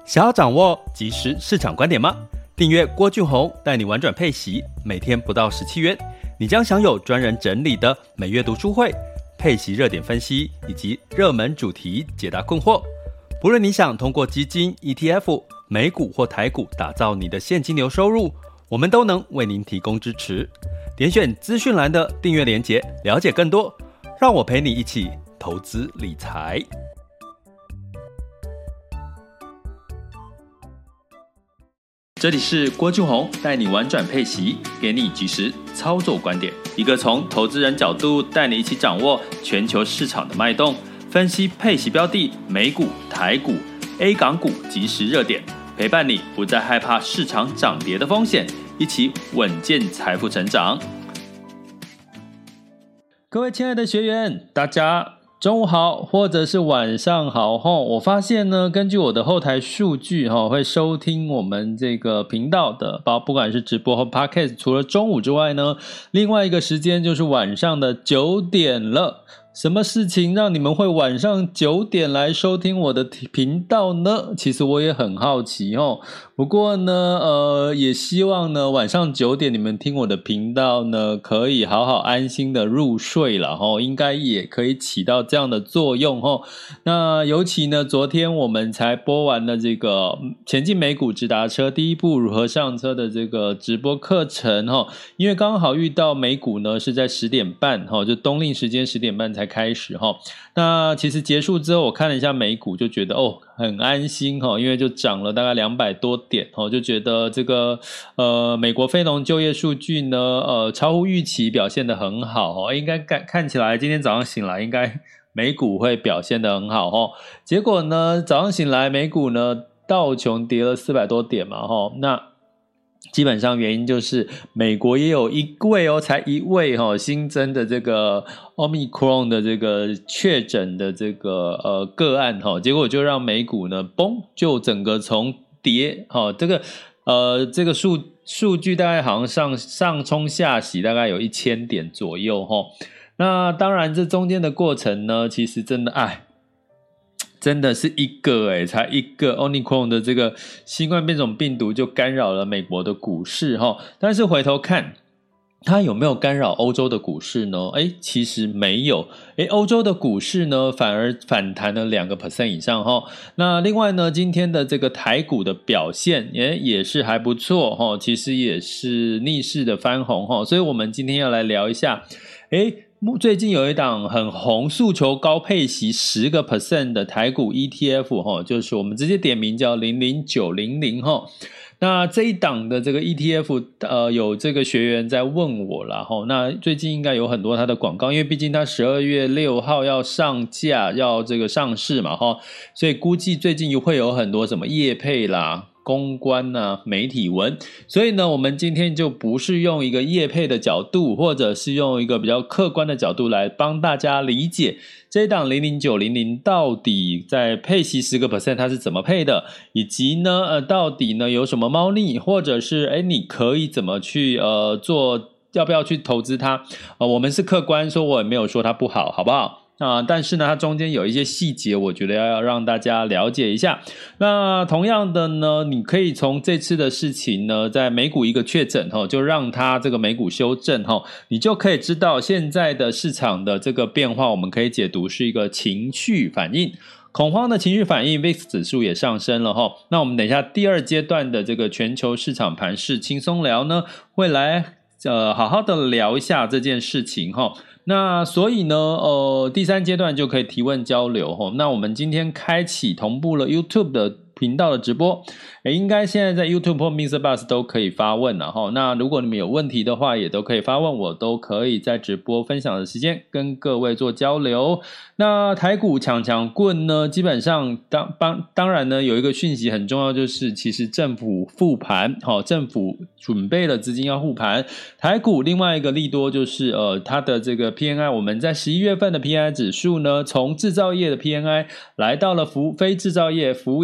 想要掌握即时市场观点吗？订阅郭俊宏带你玩转配息，每天不到17元，你将享有专人整理的每月读书会、配息热点分析以及热门主题解答困惑。不论你想通过基金、ETF、美股或台股打造你的现金流收入，我们都能为您提供支持。点选资讯栏的订阅连结，了解更多。让我陪你一起投资理财。这里是郭俊宏带你玩转配息，给你即时操作观点，一个从投资人角度带你一起掌握全球市场的脉动，分析配息标的、美股、台股、A 港股即时热点，陪伴你不再害怕市场涨跌的风险，一起稳健财富成长。各位亲爱的学员，大家中午好，或者是晚上好。我发现呢，根据我的后台数据会收听我们这个频道的，不管是直播或 Podcast， 除了中午之外呢，另外一个时间就是晚上的9点了。什么事情让你们会晚上9点来收听我的频道呢？其实我也很好奇不过呢也希望呢晚上9点你们听我的频道呢可以好好安心的入睡了应该也可以起到这样的作用那尤其呢昨天我们才播完了这个前进美股直达车第一步如何上车的这个直播课程因为刚好遇到美股呢是在10点半就冬令时间10点半才开始那其实结束之后我看了一下美股就觉得很安心因为就涨了大概200多点就觉得这个美国非农就业数据呢超乎预期表现得很好应该看起来今天早上醒来应该美股会表现得很好结果呢早上醒来美股呢道琼跌了400多点嘛那基本上原因就是美国也有一位才一位新增的这个 Omicron 的这个确诊的这个个案结果就让美股呢就整个从跌这个数据大概好像上冲下洗大概有1000点左右那当然这中间的过程呢其实真的是才一个 Omicron 的这个新冠变种病毒就干扰了美国的股市但是回头看它有没有干扰欧洲的股市呢？其实没有欧洲的股市呢反而反弹了2% 以上那另外呢今天的这个台股的表现也是还不错其实也是逆势的翻红所以我们今天要来聊一下最近有一档很红诉求高配息 10% 的台股 ETF 就是我们直接点名叫00900那这一档的这个 ETF 有这个学员在问我啦那最近应该有很多他的广告，因为毕竟他12月6号要上架要这个上市嘛所以估计最近会有很多什么业配啦公关媒体文，所以呢我们今天就不是用一个业配的角度或者是用一个比较客观的角度来帮大家理解这一档00900到底在配息 10% 它是怎么配的，以及呢到底呢有什么猫腻，或者是你可以怎么去做，要不要去投资它我们是客观说，我也没有说它不好，好不好但是呢它中间有一些细节我觉得要让大家了解一下。那同样的呢你可以从这次的事情呢在美股一个确诊就让它这个美股修正你就可以知道现在的市场的这个变化我们可以解读是一个情绪反应，恐慌的情绪反应 VIX 指数也上升了那我们等一下第二阶段的这个全球市场盘势轻松聊呢会来好好的聊一下这件事情那所以呢第三阶段就可以提问交流那我们今天开启同步了 YouTube 的频道的直播应该现在在 YouTube 或 MixerBox 都可以发问了那如果你们有问题的话也都可以发问，我都可以在直播分享的时间跟各位做交流。那台股强棍呢基本上当然呢有一个讯息很重要，就是其实政府复盘政府准备了资金要护盘台股。另外一个利多就是它的这个 PNI， 我们在11月份的 PNI 指数呢从制造业的 PNI 来到了非制造业服务业的 PNI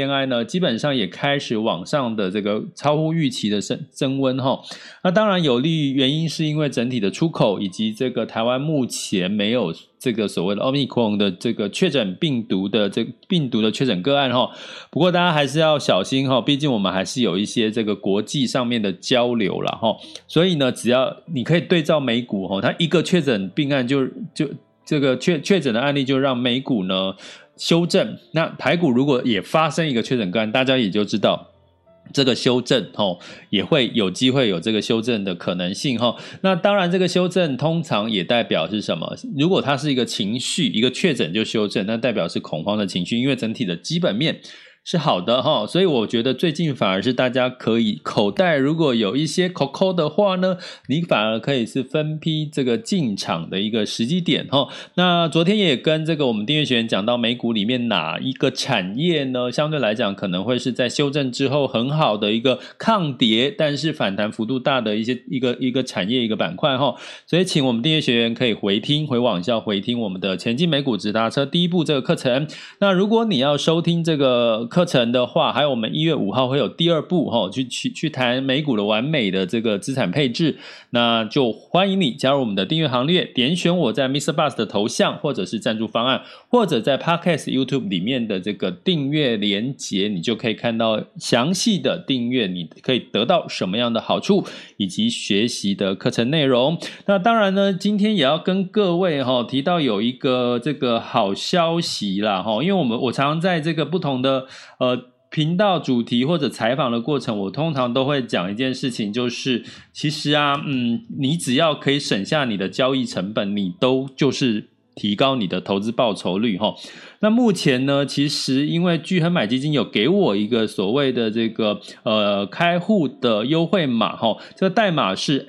PMI 呢，基本上也开始往上的这个超乎预期的增温齁。那当然有利于原因是因为整体的出口以及这个台湾目前没有这个所谓的 Omicron 的这个确诊病毒的确诊个案齁。不过大家还是要小心齁，毕竟我们还是有一些这个国际上面的交流啦齁。所以呢，只要你可以对照美股齁，它一个确诊病案就这个确诊的案例就让美股呢修正，那台股如果也发生一个确诊个案，大家也就知道这个修正也会有机会有这个修正的可能性那当然这个修正通常也代表是什么？如果它是一个情绪，一个确诊就修正，那代表是恐慌的情绪，因为整体的基本面是好的所以我觉得最近反而是大家可以口袋如果有一些口口的话呢，你反而可以是分批这个进场的一个时机点那昨天也跟这个我们订阅学员讲到美股里面哪一个产业呢，相对来讲可能会是在修正之后很好的一个抗跌但是反弹幅度大的一个产业一个板块所以请我们订阅学员可以回往下回听我们的前进美股直达车第一步这个课程。那如果你要收听这个课程的话，还有我们1月5号会有第二部去谈美股的完美的这个资产配置，那就欢迎你加入我们的订阅行列，点选我在 MrBoss 的头像或者是赞助方案，或者在 Podcast YouTube 里面的这个订阅连结，你就可以看到详细的订阅你可以得到什么样的好处以及学习的课程内容。那当然呢，今天也要跟各位提到有一个这个好消息啦因为我常常在这个不同的频道主题或者采访的过程，我通常都会讲一件事情，就是其实你只要可以省下你的交易成本，你都就是提高你的投资报酬率那目前呢，其实因为钜亨买基金有给我一个所谓的这个开户的优惠码这个代码是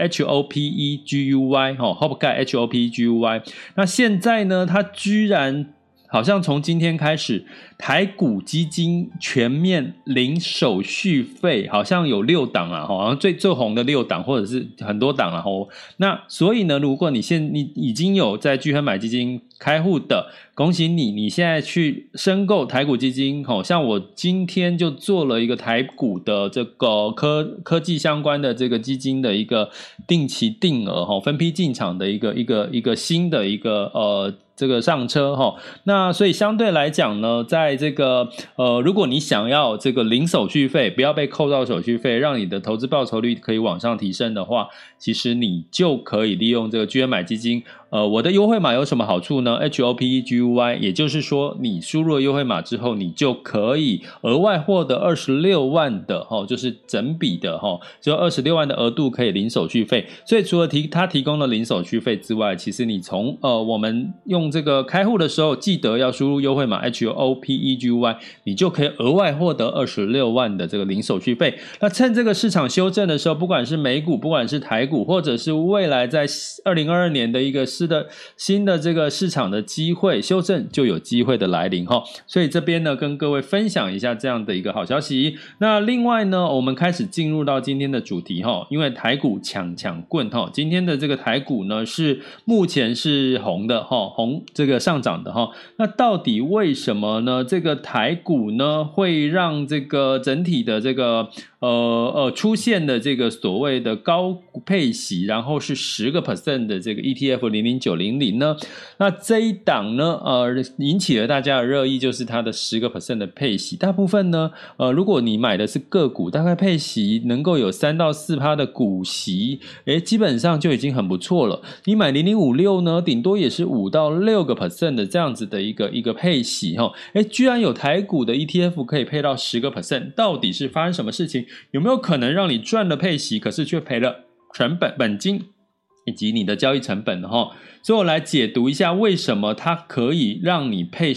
HOPEGUY HOPGUY HOPEGUY。 那现在呢，它居然好像从今天开始，台股基金全面零手续费，好像有6档啦好像最红的6档或者是很多档啦那所以呢，如果你已经有在钜亨买基金开户的，恭喜你现在去申购台股基金像我今天就做了一个台股的这个科技相关的这个基金的一个定期定额分批进场的一个新的一个这个上车那所以相对来讲呢，在这个如果你想要这个零手续费，不要被扣到手续费，让你的投资报酬率可以往上提升的话，其实你就可以利用这个钜亨买基金我的优惠码有什么好处呢？ HOPEGUY， 也就是说你输入了优惠码之后，你就可以额外获得26万的就是整笔的就26万的额度可以零手续费。所以除了他提供的零手续费之外，其实你从我们用这个开户的时候记得要输入优惠码 HOPEGUY， 你就可以额外获得26万的这个零手续费。那趁这个市场修正的时候，不管是美股不管是台股，或者是未来在2022年的一个新的这个市场的机会修正，就有机会的来临所以这边呢跟各位分享一下这样的一个好消息。那另外呢，我们开始进入到今天的主题因为台股抢棍今天的这个台股呢是目前是红的红这个上涨的那到底为什么呢？这个台股呢会让这个整体的这个出现的这个所谓的高配息，然后是10% 的这个 ETF 00900呢？那这一档呢引起了大家的热议，就是它的10% 的配息。大部分呢如果你买的是个股，大概配息能够有3到4%的股息基本上就已经很不错了。你买0056呢，顶多也是5到6% 的这样子的一个配息居然有台股的 ETF 可以配到10%，到底是发生什么事情？有没有可能让你赚了配息，可是却赔了本金以及你的交易成本所以我来解读一下为什么它可以让你配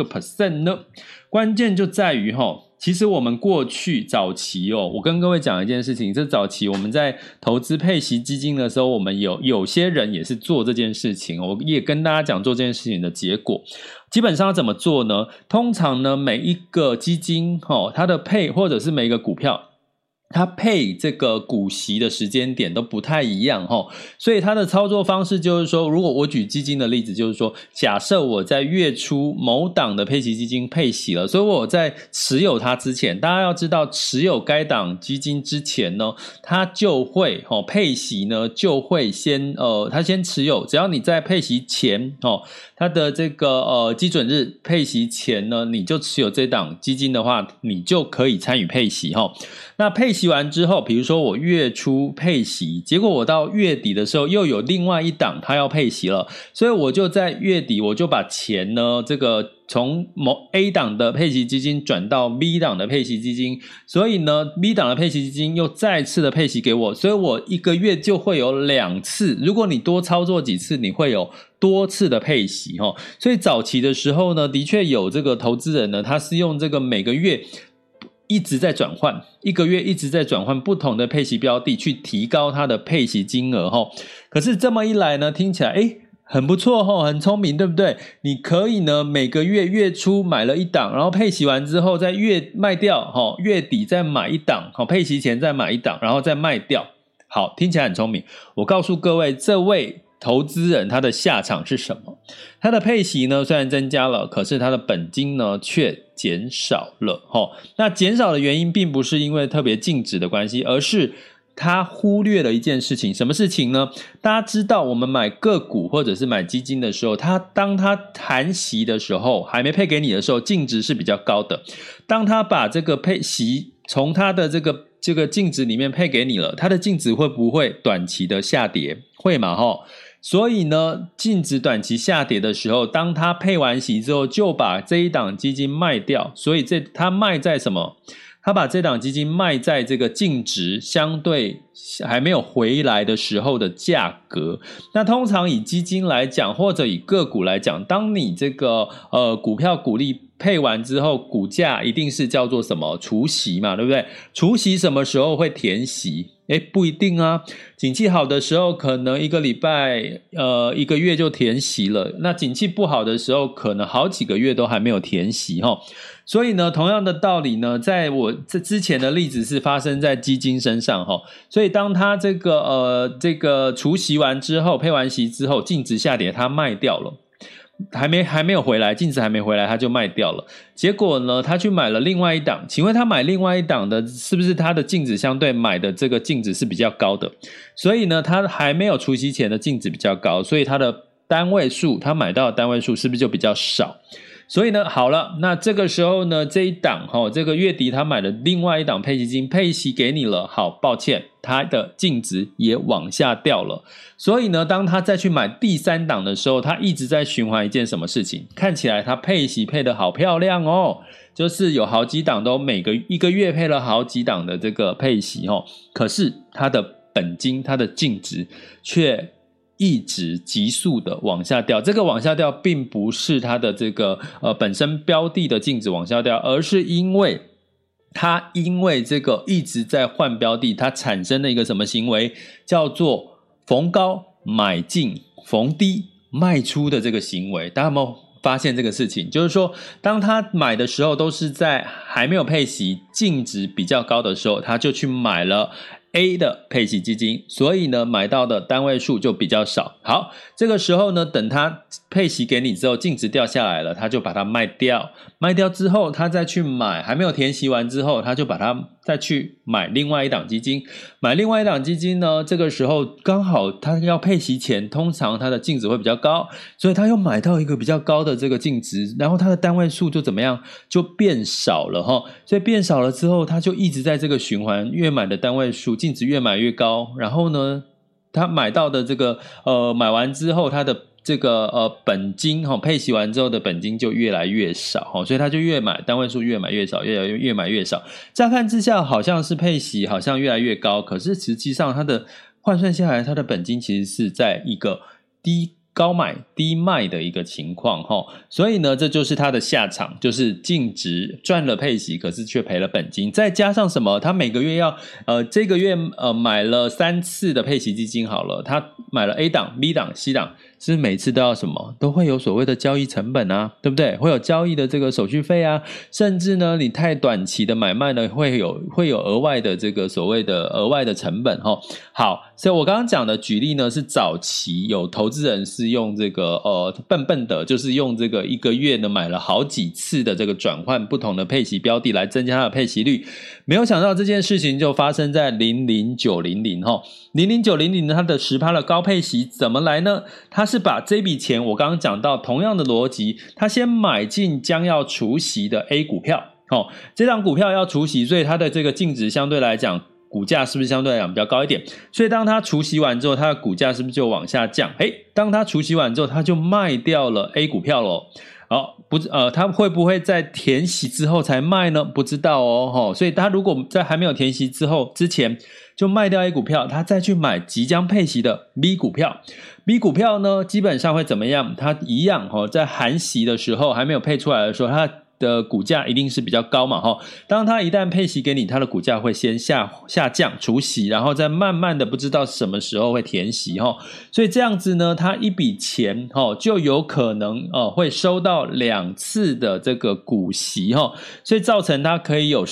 10% 呢？关键就在于其实我们过去早期我跟各位讲一件事情，这早期我们在投资配息基金的时候，我们有些人也是做这件事情我也跟大家讲做这件事情的结果。基本上要怎么做呢？通常呢，每一个基金它的配或者是每一个股票， 它配这个股息的时间点都不太一样齁，所以它的操作方式就是说，如果我举基金的例子，就是说假设我在月初某档的配息基金配息了，所以我在持有它之前，大家要知道持有该档基金之前呢，它就会配息呢就会先它先持有，只要你在配息前它的这个基准日配息前呢，你就持有这档基金的话，你就可以参与配息齁。那配息完之后，比如说我月初配息，结果我到月底的时候又有另外一档它要配息了，所以我就在月底我就把钱呢这个从某 A 档的配息基金转到 B 档的配息基金，所以呢 B 档的配息基金又再次的配息给我，所以我一个月就会有2次，如果你多操作几次，你会有多次的配息齁。所以早期的时候呢，的确有这个投资人呢，他是用这个每个月一直在转换，一个月一直在转换不同的配息标的，去提高它的配息金额齁。可是这么一来呢，听起来很不错齁，很聪明，对不对？你可以呢每个月月初买了一档，然后配息完之后再卖掉齁，月底再买一档齁，配息前再买一档，然后再卖掉。好，听起来很聪明。我告诉各位，这位投资人他的下场是什么？他的配息呢虽然增加了，可是他的本金呢却减少了那减少的原因并不是因为特别净值的关系，而是他忽略了一件事情。什么事情呢？大家知道我们买个股或者是买基金的时候，当他含息的时候，还没配给你的时候，净值是比较高的。当他把这个配息从他的这个净值里面配给你了，他的净值会不会短期的下跌？会嘛所以呢，净值短期下跌的时候，当他配完息之后，就把这一档基金卖掉。所以他卖在什么？他把这档基金卖在这个净值相对还没有回来的时候的价格。那通常以基金来讲，或者以个股来讲，当你这个股票股利配完之后，股价一定是叫做什么？除息嘛，对不对？除息什么时候会填息？不一定啊。景气好的时候可能一个礼拜一个月就填息了，那景气不好的时候可能好几个月都还没有填息所以呢，同样的道理呢，在我之前的例子是发生在基金身上所以当他这个除息完之后，配完息之后，净值下跌，他卖掉了。还没有回来，净值还没回来，他就卖掉了。结果呢，他去买了另外一档，请问他买另外一档的是不是他的净值相对买的这个净值是比较高的？所以呢，他还没有除息前的净值比较高，所以他的单位数，他买到的单位数是不是就比较少？所以呢，好了，那这个时候呢，这一档这个月底他买了另外一档配息金，配息给你了，好，抱歉，他的净值也往下掉了。所以呢，当他再去买第3档的时候，他一直在循环一件什么事情？看起来他配息配得好漂亮就是有好几档都一个月配了好几档的这个配息可是他的本金，他的净值却一直急速的往下掉。这个往下掉并不是它的这个本身标的的净值往下掉，而是因为这个一直在换标的，它产生的一个什么行为，叫做逢高买进，逢低卖出的这个行为。大家有没有发现这个事情？就是说当他买的时候都是在还没有配息，净值比较高的时候，他就去买了A 的配息基金，所以呢买到的单位数就比较少。好，这个时候呢，等他配息给你之后，净值掉下来了，他就把它卖掉。卖掉之后，他再去买，还没有填息完之后，他就把它再去买另外一档基金。买另外一档基金呢，这个时候刚好他要配息前，通常他的净值会比较高，所以他又买到一个比较高的这个净值，然后他的单位数就怎么样？就变少了所以变少了之后，他就一直在这个循环，越买的单位数净值越买越高，然后呢，他买到的这个买完之后，他的这个本金配息完之后的本金就越来越少所以他就越买单位数越买越少，越买越少。乍看之下好像是配息好像越来越高，可是实际上他的换算下来，他的本金其实是在一个高买低卖的一个情况所以呢，这就是他的下场，就是净值赚了配息，可是却赔了本金。再加上什么？他每个月要这个月买了3次的配息基金好了，他买了 A 档 B 档 C 档是每次都要什么，都会有所谓的交易成本啊，对不对？会有交易的这个手续费啊，甚至呢你太短期的买卖呢会有额外的这个所谓的额外的成本齁。好，所以我刚刚讲的举例呢是早期有投资人是用这个笨的，就是用这个一个月呢买了好几次的这个转换不同的配息标的来增加它的配息率，没有想到这件事情就发生在00900齁。00900它的 10% 的高配息怎么来呢？它是把这笔钱，我刚刚讲到同样的逻辑，它先买进将要除息的 A 股票这档股票要除息，所以它的这个净值相对来讲股价是不是相对来讲比较高一点？所以当它除息完之后，它的股价是不是就往下降？当它除息完之后，它就卖掉了 A 股票咯。好，它会不会在填息之后才卖呢？不知道哦。所以它如果在还没有填息之前就卖掉 A 股票，它再去买即将配息的 B 股票。B 股票呢，基本上会怎么样？它一样在含息的时候还没有配出来的时候，它的股价一定是比较高嘛当它一旦配息给你，它的股价会先下降除息，然后再慢慢的不知道什么时候会填息所以这样子呢，它一笔钱就有可能会收到2次的这个股息所以造成它可以有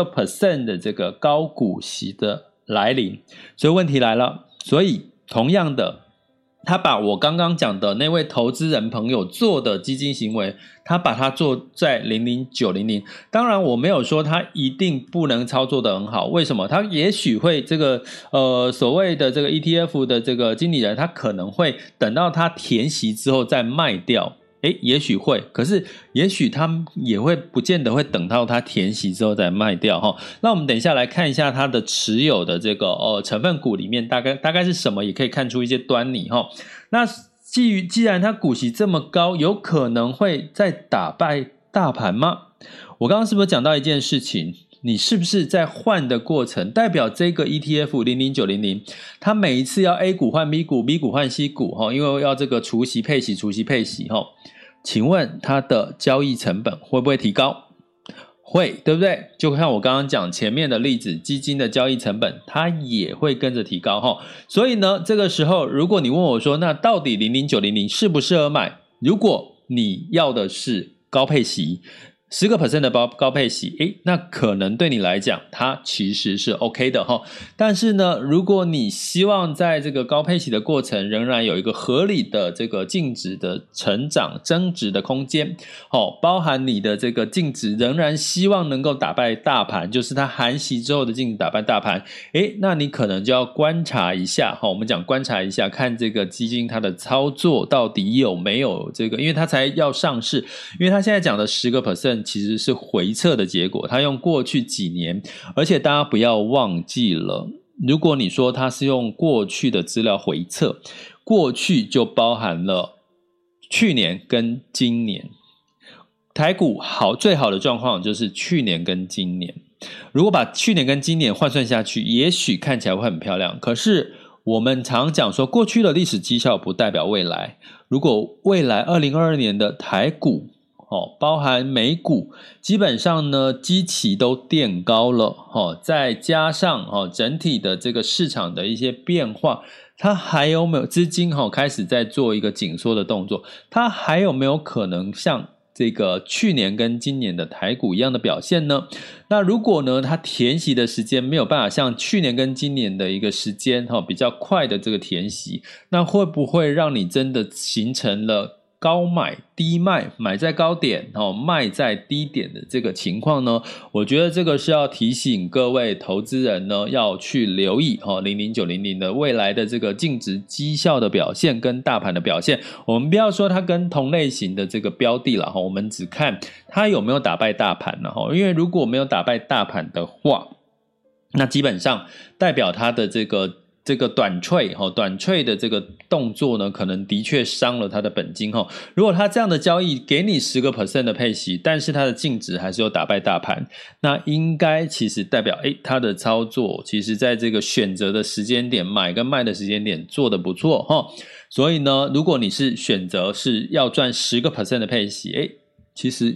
10% 的这个高股息的来临。所以问题来了，所以同样的，他把我刚刚讲的那位投资人朋友做的基金行为，他把它做在00900，当然我没有说他一定不能操作得很好，为什么？他也许会这个所谓的这个 ETF 的这个经理人，他可能会等到他填息之后再卖掉，也许会，可是也许他也会不见得会等到他填息之后再卖掉那我们等一下来看一下他的持有的这个成分股里面大概是什么，也可以看出一些端倪那既然他股息这么高，有可能会再打败大盘吗？我刚刚是不是讲到一件事情？你是不是在换的过程，代表这个 ETF 00900它每一次要 A 股换 B 股 B 股换 C 股因为要这个除息配息请问它的交易成本会不会提高？会，对不对？就像我刚刚讲前面的例子，基金的交易成本它也会跟着提高所以呢，这个时候如果你问我说，那到底00900适不适合买？如果你要的是高配息10% 的高配息，那可能对你来讲它其实是 OK 的但是呢，如果你希望在这个高配息的过程仍然有一个合理的这个净值的成长增值的空间包含你的这个净值仍然希望能够打败大盘，就是它含息之后的净值打败大盘那你可能就要观察一下我们讲观察一下，看这个基金它的操作到底有没有这个，因为它才要上市，因为它现在讲的 10% 其实是回测的结果，他用过去几年，而且大家不要忘记了，如果你说他是用过去的资料回测，过去就包含了去年跟今年，台股最好的状况就是去年跟今年，如果把去年跟今年换算下去，也许看起来会很漂亮，可是我们常讲说过去的历史绩效不代表未来，如果未来2022年的台股包含美股基本上呢基期都垫高了再加上整体的这个市场的一些变化，它还有没有资金开始在做一个紧缩的动作，它还有没有可能像这个去年跟今年的台股一样的表现呢？那如果呢它填息的时间没有办法像去年跟今年的一个时间比较快的这个填息，那会不会让你真的形成了高买低卖，买在高点卖在低点的这个情况呢？我觉得这个是要提醒各位投资人呢要去留意00900的未来的这个净值绩效的表现跟大盘的表现。我们不要说它跟同类型的这个标的啦，我们只看它有没有打败大盘啦，因为如果没有打败大盘的话，那基本上代表它的这个短trade的这个动作呢，可能的确伤了他的本金如果他这样的交易给你 10% 的配息，但是他的净值还是有打败大盘，那应该其实代表他的操作其实在这个选择的时间点，买跟卖的时间点做得不错所以呢，如果你是选择是要赚 10% 的配息，其实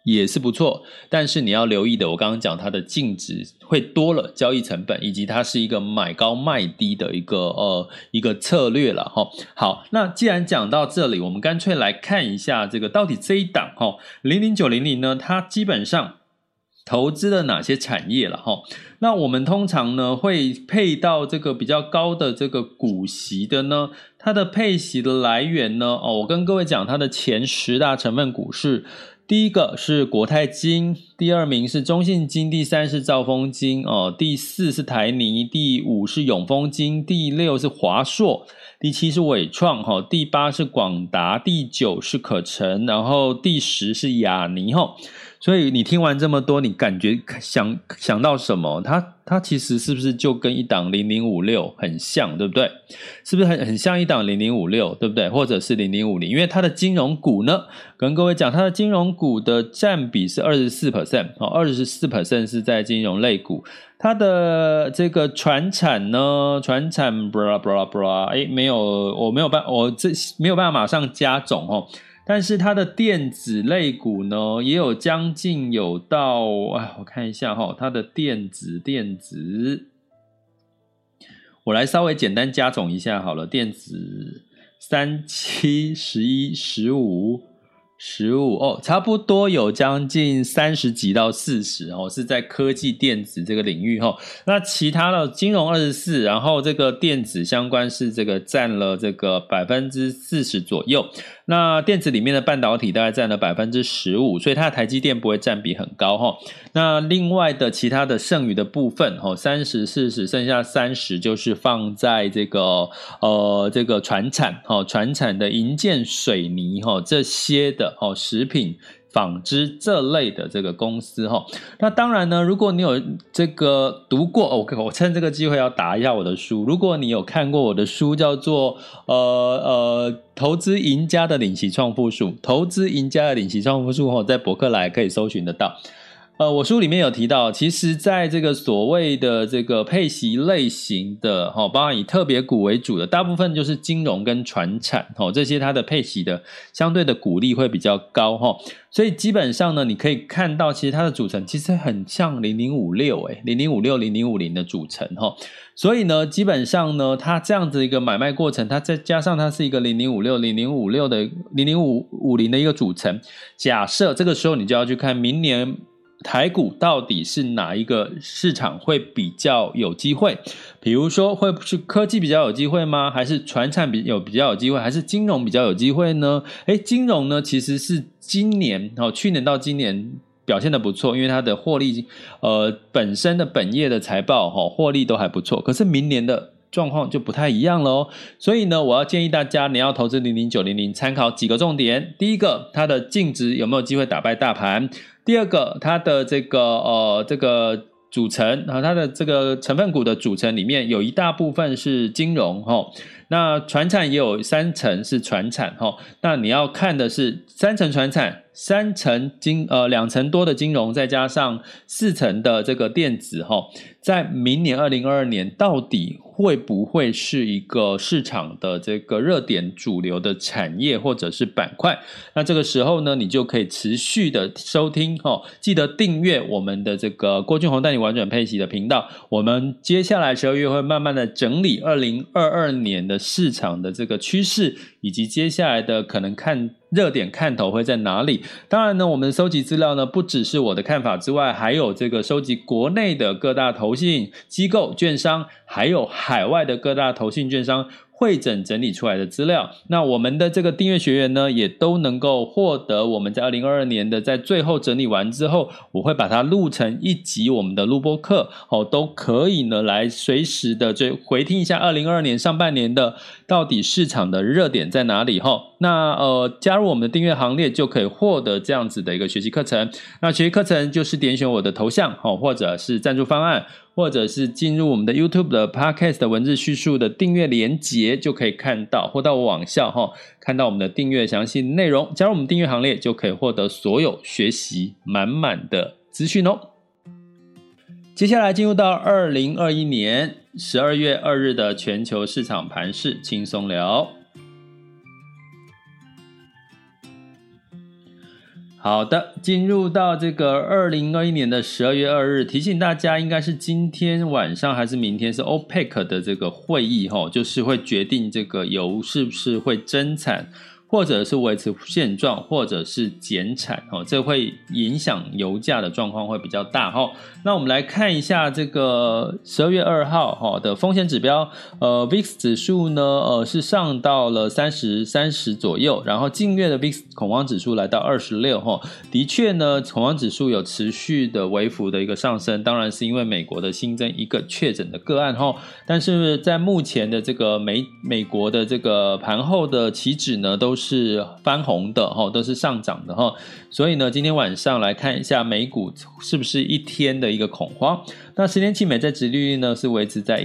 也是不错，但是你要留意的，我刚刚讲它的净值会多了交易成本，以及它是一个买高卖低的一个策略了齁。好，那既然讲到这里，我们干脆来看一下这个到底这一档00900呢，它基本上投资了哪些产业了齁。那我们通常呢会配到这个比较高的这个股息的呢，它的配息的来源呢，我跟各位讲它的前10大成分股是，第一个是国泰金，第二名是中信金，第三是兆丰金，第四是台泥，第五是永丰金，第六是华硕，第七是伟创，第八是广达，第九是可成，然后第10是亚泥。所以你听完这么多，你感觉想到什么？它其实是不是就跟一档0056很像，对不对？是不是很像一档0056，对不对？或者是0050，因为它的金融股呢，跟各位讲，它的金融股的占比是 24%，24% 是在金融类股。它的这个传产呢，传产没有，我没有办法马上加总但是它的电子类股呢，也有将近有到，我看一下它的电子，我来稍微简单加总一下好了，电子3、7、11、15差不多有将近30几到40是在科技电子这个领域那其他的金融24，然后这个电子相关是这个占了这个 40% 左右，那电子里面的半导体大概占了 15%， 所以它的台积电不会占比很高那另外的其他的剩余的部分30、40，剩下30就是放在这个传产的营建、水泥这些的食品、纺织这类的这个公司那当然呢，如果你有这个读过我趁这个机会要打一下我的书，如果你有看过我的书叫做投资赢家的领息创富术，在博客来可以搜寻得到。我书里面有提到，其实在这个所谓的这个配息类型的包含以特别股为主的，大部分就是金融跟传产这些它的配息的相对的股利会比较高所以基本上呢，你可以看到其实它的组成其实很像0056 0050的组成所以呢，基本上呢，它这样子一个买卖过程，它再加上它是一个0050的0050的一个组成，假设这个时候你就要去看明年台股到底是哪一个市场会比较有机会，比如说会是科技比较有机会吗？还是传产比较有机会？还是金融比较有机会呢？金融呢其实是今年去年到今年表现得不错，因为它的获利本身的本业的财报获利都还不错，可是明年的状况就不太一样了所以呢，我要建议大家你要投资00900参考几个重点。第一个，它的净值有没有机会打败大盘？第二个，它的这个组成它的这个成分股的组成里面有一大部分是金融那传产也有30%是传产那你要看的是30%传产，2成多的金融，再加上4成的这个电子在明年2022年到底会不会是一个市场的这个热点主流的产业或者是板块？那这个时候呢，你就可以持续的收听记得订阅我们的这个郭俊宏带你玩转配息的频道。我们接下来12月会慢慢的整理2022年的市场的这个趋势，以及接下来的可能热点看头会在哪里。当然呢，我们收集资料呢，不只是我的看法之外，还有这个收集国内的各大投信机构、券商，还有海外的各大投信券商汇整整理出来的资料。那我们的这个订阅学员呢，也都能够获得我们在2022年的在最后整理完之后，我会把它录成一集我们的录播课都可以呢来随时的回听一下2022年上半年的到底市场的热点在哪里那加入我们的订阅行列就可以获得这样子的一个学习课程。那学习课程就是点选我的头像或者是赞助方案，或者是进入我们的 YouTube 的 Podcast 的文字叙述的订阅连结就可以看到，或到我网校看到我们的订阅详细内容，加入我们订阅行列就可以获得所有学习满满的资讯接下来进入到2021年12月2日的全球市场盘势轻松聊。 好的，进入到这个2021年的12月2日，提醒大家应该是今天晚上还是明天是 OPEC 的这个会议就是会决定这个油是不是会增产，或者是维持现状，或者是减产这会影响油价的状况会比较大那我们来看一下这个12月2号的风险指标VIX 指数呢是上到了30左右，然后近月的 VIX 恐慌指数来到26的确呢恐慌指数有持续的微幅的一个上升，当然是因为美国的新增一个确诊的个案但是在目前的这个美国的这个盘后的期指呢都是翻红的都是上涨的所以呢今天晚上来看一下美股是不是一天的一个恐慌。那10年期美债殖利率呢是维持在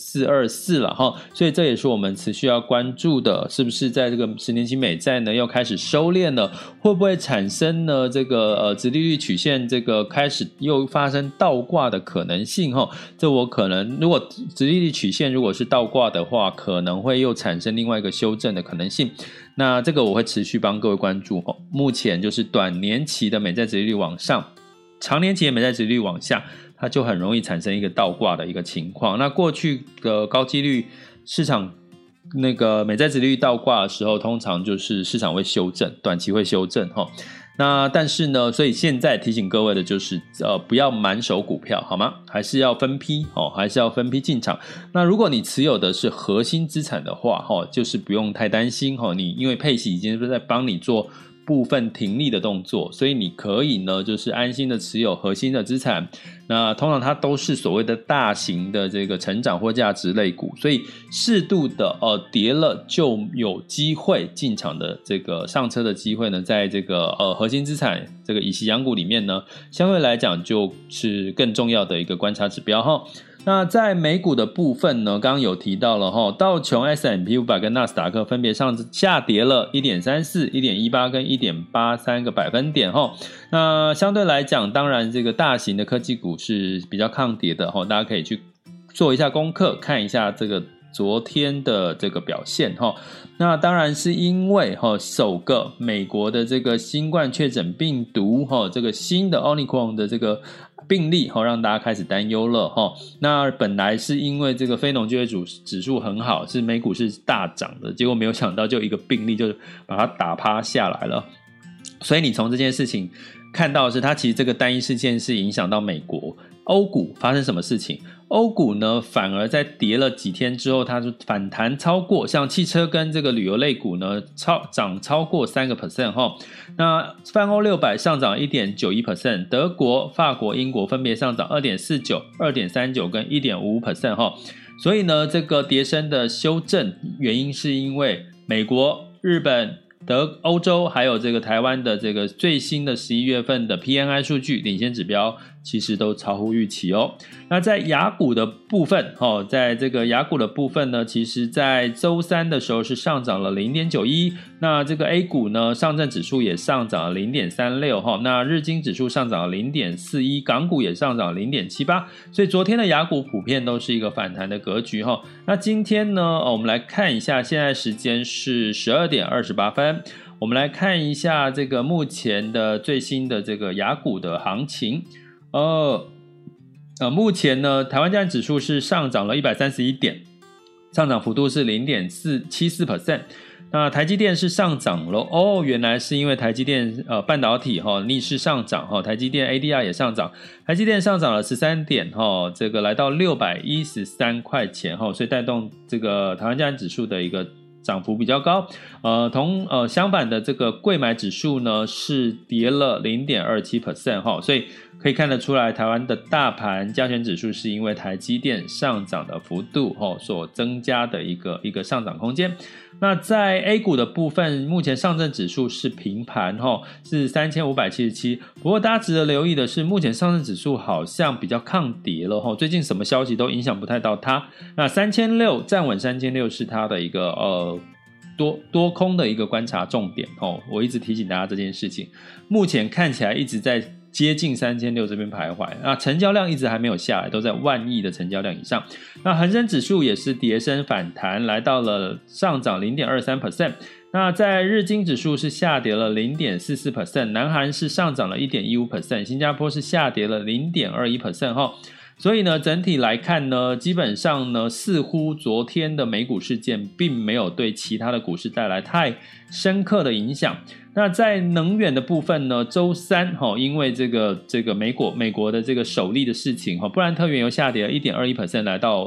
1.424 了所以这也是我们持续要关注的，是不是在这个10年期美债呢又开始收敛了，会不会产生呢这个殖利率曲线这个开始又发生倒挂的可能性这我可能如果殖利率曲线如果是倒挂的话，可能会又产生另外一个修正的可能性，那这个我会持续帮各位关注目前就是短年期的美债殖利率往上，长年期的美债殖利率往下，它就很容易产生一个倒挂的一个情况。那过去的高几率市场那个美债殖利率倒挂的时候，通常就是市场会修正，短期会修正那但是呢，所以现在提醒各位的就是不要满手股票好吗？还是要分批还是要分批进场。那如果你持有的是核心资产的话就是不用太担心你因为配息已经是在帮你做部分停利的动作，所以你可以呢就是安心的持有核心的资产，那通常它都是所谓的大型的这个成长或价值类股，所以适度的跌了就有机会进场的这个上车的机会呢，在这个核心资产这个以息养股里面呢，相对来讲就是更重要的一个观察指标那在美股的部分呢，刚刚有提到了道琼 S&P 500跟纳斯达克分别下跌了 1.34 1.18 跟 1.83 个百分点那相对来讲，当然这个大型的科技股是比较抗跌的大家可以去做一下功课，看一下这个昨天的这个表现那当然是因为首个美国的这个新冠确诊病毒这个新的 Omicron 的这个病例让大家开始担忧了那本来是因为这个非农就业指数很好，是美股是大涨的，结果没有想到就一个病例就把它打趴下来了。所以你从这件事情看到的是，它其实这个单一事件是影响到美国欧股发生什么事情，欧股呢反而在跌了几天之后，它就反弹超过，像汽车跟这个旅游类股呢涨超过 3% 那泛欧600上涨 1.91%， 德国、法国、英国分别上涨 2.49 2.39 跟 1.55% 所以呢这个跌升的修正原因是因为美国、日本、欧洲还有这个台湾的这个最新的11月份的 PMI 数据领先指标其实都超乎预期那在亚股的部分在这个亚股的部分呢，其实在周三的时候是上涨了 0.91， 那这个 A 股呢上证指数也上涨了 0.36 那日经指数上涨了 0.41， 港股也上涨了 0.78， 所以昨天的亚股普遍都是一个反弹的格局那今天呢我们来看一下，现在时间是12点28分，我们来看一下这个目前的最新的这个亚股的行情目前呢台湾加权指数是上涨了131点，上涨幅度是 0.74%， 那台积电是上涨了原来是因为台积电半导体逆势上涨台积电 ADR 也上涨，台积电上涨了13点这个来到613块钱所以带动这个台湾加权指数的一个涨幅比较高相反的这个柜买指数呢是跌了 0.27% 所以可以看得出来，台湾的大盘加权指数是因为台积电上涨的幅度所增加的一个上涨空间。那在 A 股的部分，目前上证指数是平盘是3577，不过大家值得留意的是，目前上证指数好像比较抗跌了最近什么消息都影响不太到它。那3600站稳3600是它的一个多空的一个观察重点我一直提醒大家这件事情，目前看起来一直在接近3600这边徘徊，那成交量一直还没有下来，都在10000亿的成交量以上。那恒生指数也是跌升反弹，来到了上涨 0.23%， 那在日经指数是下跌了 0.44%， 南韩是上涨了 1.15%， 新加坡是下跌了 0.21% 哈。所以呢，整体来看呢，基本上呢，似乎昨天的美股事件并没有对其他的股市带来太深刻的影响。那在能源的部分呢，周三因为这个美国的这个首例的事情布兰特原油下跌了 1.21%， 来到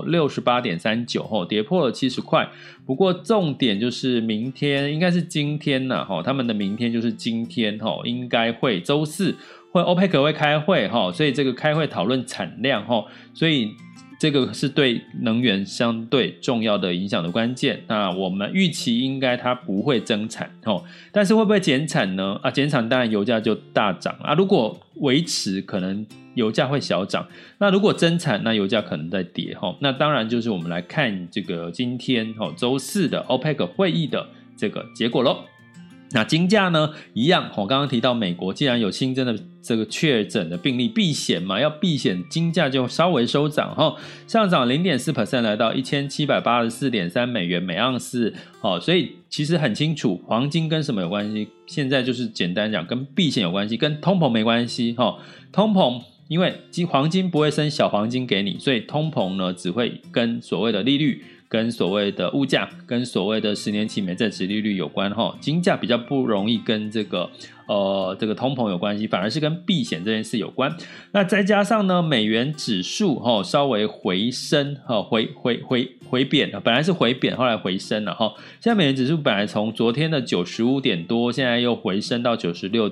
68.39 跌破了70块。不过重点就是明天，应该是今天他们的明天就是今天应该会周四会 OPEC 会开会所以这个开会讨论产量所以这个是对能源相对重要的影响的关键。那我们预期应该它不会增产但是会不会减产呢？减产当然油价就大涨如果维持可能油价会小涨，那如果增产那油价可能在跌那当然就是我们来看这个今天周四的 OPEC 会议的这个结果咯。那金价呢一样刚刚提到美国既然有新增的这个确诊的病例，避险嘛，要避险，金价就稍微收涨上涨 0.4% 来到 1784.3 美元每盎司所以其实很清楚黄金跟什么有关系，现在就是简单讲跟避险有关系，跟通膨没关系通膨因为黄金不会生小黄金给你，所以通膨呢只会跟所谓的利率跟所谓的物价跟所谓的10年期美债殖利率有关金价比较不容易跟这个通膨有关系，反而是跟避险这件事有关。那再加上呢美元指数稍微回升回贬本来是回贬后来回升了现在美元指数本来从昨天的95点多现在又回升到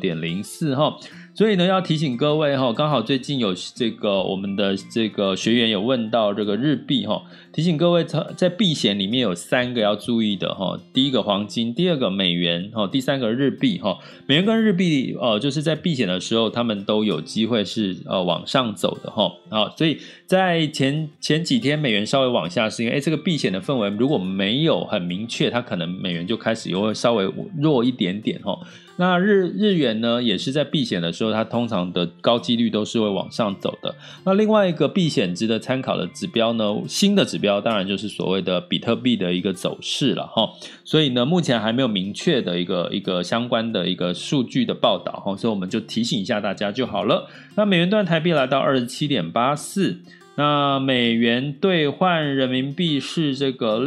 96.04 所以呢要提醒各位刚好最近有这个我们的这个学员有问到这个日币提醒各位在避险里面有3个要注意的第一个黄金，第二个美元第三个日币美元跟日币就是在避险的时候他们都有机会是往上走的所以在前几天美元稍微往下是因为这个避险的氛围如果没有很明确，它可能美元就开始又会稍微弱一点点那日元呢也是在避险的时候它通常的高几率都是会往上走的。那另外一个避险值得参考的指标呢，新的指标当然就是所谓的比特币的一个走势了所以呢目前还没有明确的一个相关的一个数据的报道所以我们就提醒一下大家就好了。那美元兑台币来到 27.84， 那美元兑换人民币是这个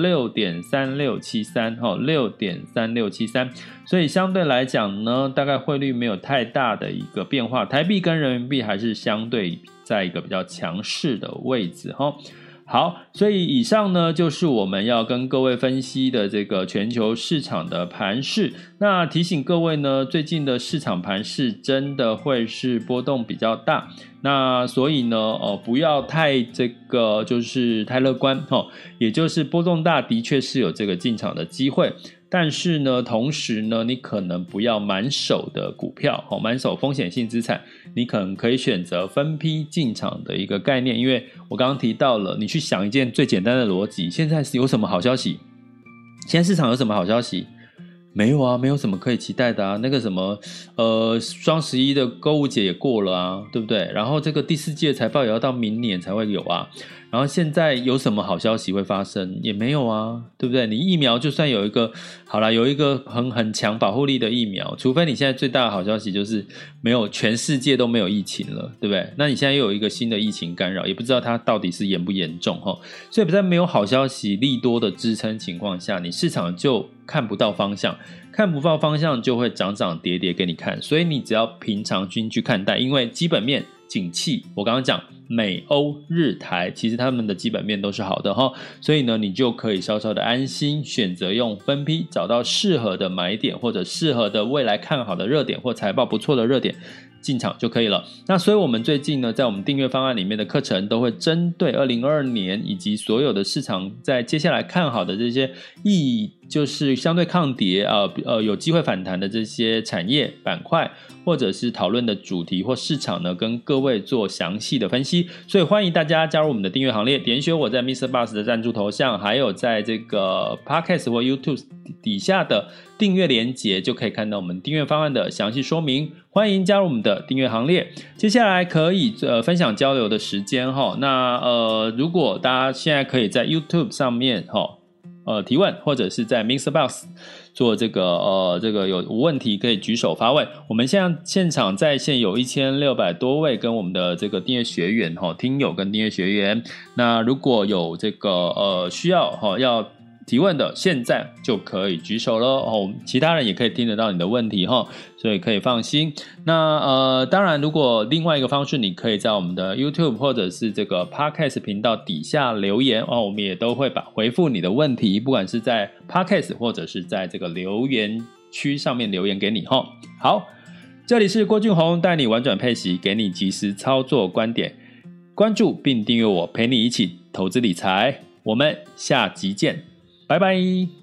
6.3673 6.3673， 所以相对来讲呢大概汇率没有太大的一个变化，台币跟人民币还是相对在一个比较强势的位置好，所以以上呢就是我们要跟各位分析的这个全球市场的盘势。那提醒各位呢，最近的市场盘势真的会是波动比较大，那所以呢不要太这个就是太乐观也就是波动大的确是有这个进场的机会，但是呢同时呢你可能不要满手的股票满手风险性资产，你可能可以选择分批进场的一个概念。因为我刚刚提到了，你去想一件最简单的逻辑，现在有什么好消息？现在市场有什么好消息？没有啊，没有什么可以期待的那个什么双11的购物节也过了对不对？然后这个第4季的财报也要到明年才会有然后现在有什么好消息会发生？也没有对不对？你疫苗就算有一个好啦，有一个很强保护力的疫苗，除非你现在最大的好消息就是没有，全世界都没有疫情了，对不对？那你现在又有一个新的疫情干扰，也不知道它到底是严不严重所以在没有好消息利多的支撑情况下，你市场就看不到方向，看不到方向就会涨涨跌跌给你看，所以你只要平常心去看待，因为基本面景气我刚刚讲美欧日台其实他们的基本面都是好的所以呢你就可以稍稍的安心，选择用分批找到适合的买点，或者适合的未来看好的热点，或财报不错的热点进场就可以了。那所以我们最近呢在我们订阅方案里面的课程都会针对2022年以及所有的市场在接下来看好的这些就是相对抗跌有机会反弹的这些产业板块，或者是讨论的主题或市场呢，跟各位做详细的分析。所以欢迎大家加入我们的订阅行列，点选我在 MrBoss 的赞助头像，还有在这个 Podcast 或 YouTube 底下的订阅连结，就可以看到我们订阅方案的详细说明。欢迎加入我们的订阅行列。接下来可以分享交流的时间那如果大家现在可以在 YouTube 上面提问，或者是在 MrBoss 做这个有问题可以举手发问。我们现场在线有1600多位跟我们的这个订阅学员听友跟订阅学员，那如果有这个需要要提问的，现在就可以举手咯其他人也可以听得到你的问题所以可以放心。那当然如果另外一个方式，你可以在我们的 YouTube 或者是这个 Podcast 频道底下留言我们也都会回复你的问题，不管是在 Podcast 或者是在这个留言区上面留言给你好，这里是郭俊宏，带你玩转配息，给你及时操作观点，关注并订阅我，陪你一起投资理财，我们下集见，拜拜。